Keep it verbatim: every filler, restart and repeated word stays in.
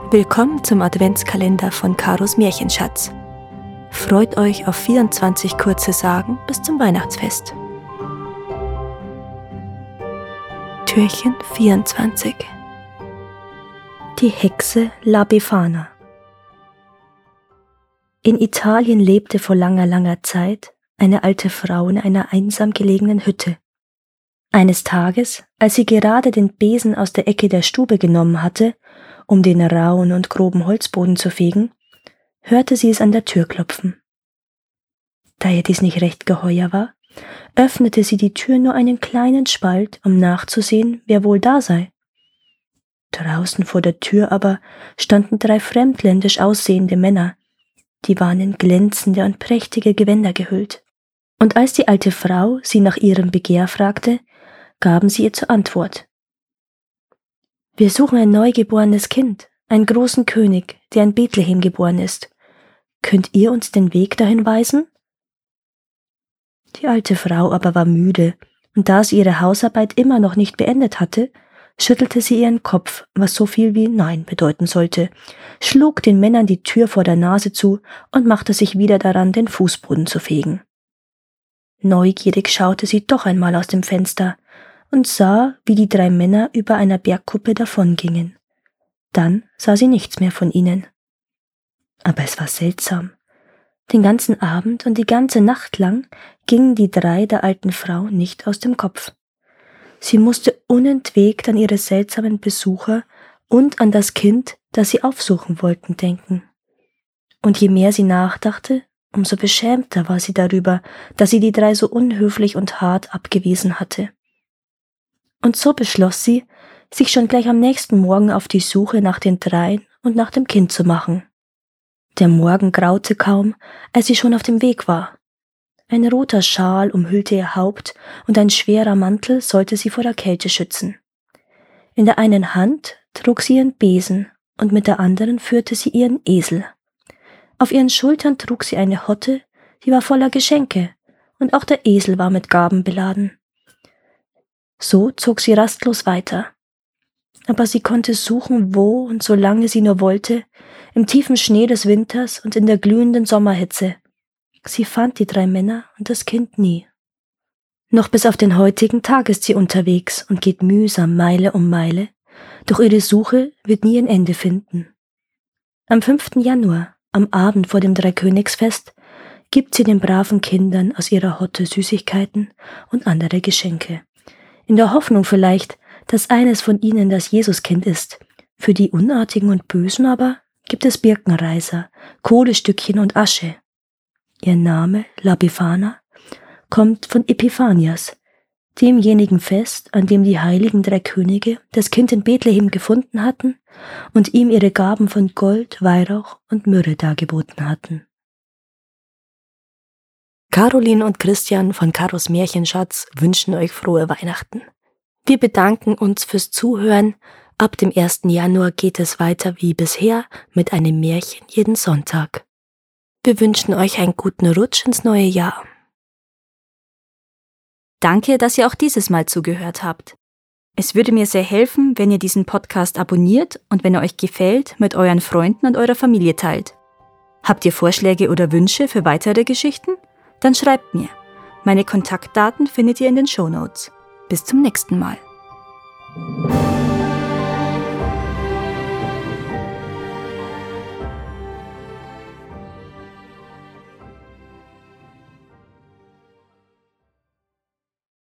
Willkommen zum Adventskalender von Karos Märchenschatz. Freut euch auf vierundzwanzig kurze Sagen bis zum Weihnachtsfest. Türchen vierundzwanzig. Die Hexe La Befana. In Italien lebte vor langer, langer Zeit eine alte Frau in einer einsam gelegenen Hütte. Eines Tages, als sie gerade den Besen aus der Ecke der Stube genommen hatte, um den rauen und groben Holzboden zu fegen, hörte sie es an der Tür klopfen. Da ihr dies nicht recht geheuer war, öffnete sie die Tür nur einen kleinen Spalt, um nachzusehen, wer wohl da sei. Draußen vor der Tür aber standen drei fremdländisch aussehende Männer, die waren in glänzende und prächtige Gewänder gehüllt. Und als die alte Frau sie nach ihrem Begehr fragte, gaben sie ihr zur Antwort: Wir suchen ein neugeborenes Kind, einen großen König, der in Bethlehem geboren ist. Könnt ihr uns den Weg dahin weisen? Die alte Frau aber war müde, und da sie ihre Hausarbeit immer noch nicht beendet hatte, schüttelte sie ihren Kopf, was so viel wie Nein bedeuten sollte, schlug den Männern die Tür vor der Nase zu und machte sich wieder daran, den Fußboden zu fegen. Neugierig schaute sie doch einmal aus dem Fenster und sah, wie die drei Männer über einer Bergkuppe davongingen. Dann sah sie nichts mehr von ihnen. Aber es war seltsam. Den ganzen Abend und die ganze Nacht lang gingen die drei der alten Frau nicht aus dem Kopf. Sie musste unentwegt an ihre seltsamen Besucher und an das Kind, das sie aufsuchen wollten, denken. Und je mehr sie nachdachte, umso beschämter war sie darüber, dass sie die drei so unhöflich und hart abgewiesen hatte. Und so beschloss sie, sich schon gleich am nächsten Morgen auf die Suche nach den dreien und nach dem Kind zu machen. Der Morgen graute kaum, als sie schon auf dem Weg war. Ein roter Schal umhüllte ihr Haupt und ein schwerer Mantel sollte sie vor der Kälte schützen. In der einen Hand trug sie ihren Besen und mit der anderen führte sie ihren Esel. Auf ihren Schultern trug sie eine Hotte, die war voller Geschenke, und auch der Esel war mit Gaben beladen. So zog sie rastlos weiter. Aber sie konnte suchen, wo und so lange sie nur wollte, im tiefen Schnee des Winters und in der glühenden Sommerhitze. Sie fand die drei Männer und das Kind nie. Noch bis auf den heutigen Tag ist sie unterwegs und geht mühsam Meile um Meile, doch ihre Suche wird nie ein Ende finden. Am fünften Januar, am Abend vor dem Dreikönigsfest, gibt sie den braven Kindern aus ihrer Hotte Süßigkeiten und andere Geschenke, in der Hoffnung vielleicht, dass eines von ihnen das Jesuskind ist. Für die Unartigen und Bösen aber gibt es Birkenreiser, Kohlestückchen und Asche. Ihr Name, La Befana, kommt von Epiphanias, demjenigen Fest, an dem die heiligen drei Könige das Kind in Bethlehem gefunden hatten und ihm ihre Gaben von Gold, Weihrauch und Myrrhe dargeboten hatten. Caroline und Christian von Karos Märchenschatz wünschen euch frohe Weihnachten. Wir bedanken uns fürs Zuhören. Ab dem ersten Januar geht es weiter wie bisher mit einem Märchen jeden Sonntag. Wir wünschen euch einen guten Rutsch ins neue Jahr. Danke, dass ihr auch dieses Mal zugehört habt. Es würde mir sehr helfen, wenn ihr diesen Podcast abonniert und wenn er euch gefällt, mit euren Freunden und eurer Familie teilt. Habt ihr Vorschläge oder Wünsche für weitere Geschichten? Dann schreibt mir. Meine Kontaktdaten findet ihr in den Shownotes. Bis zum nächsten Mal.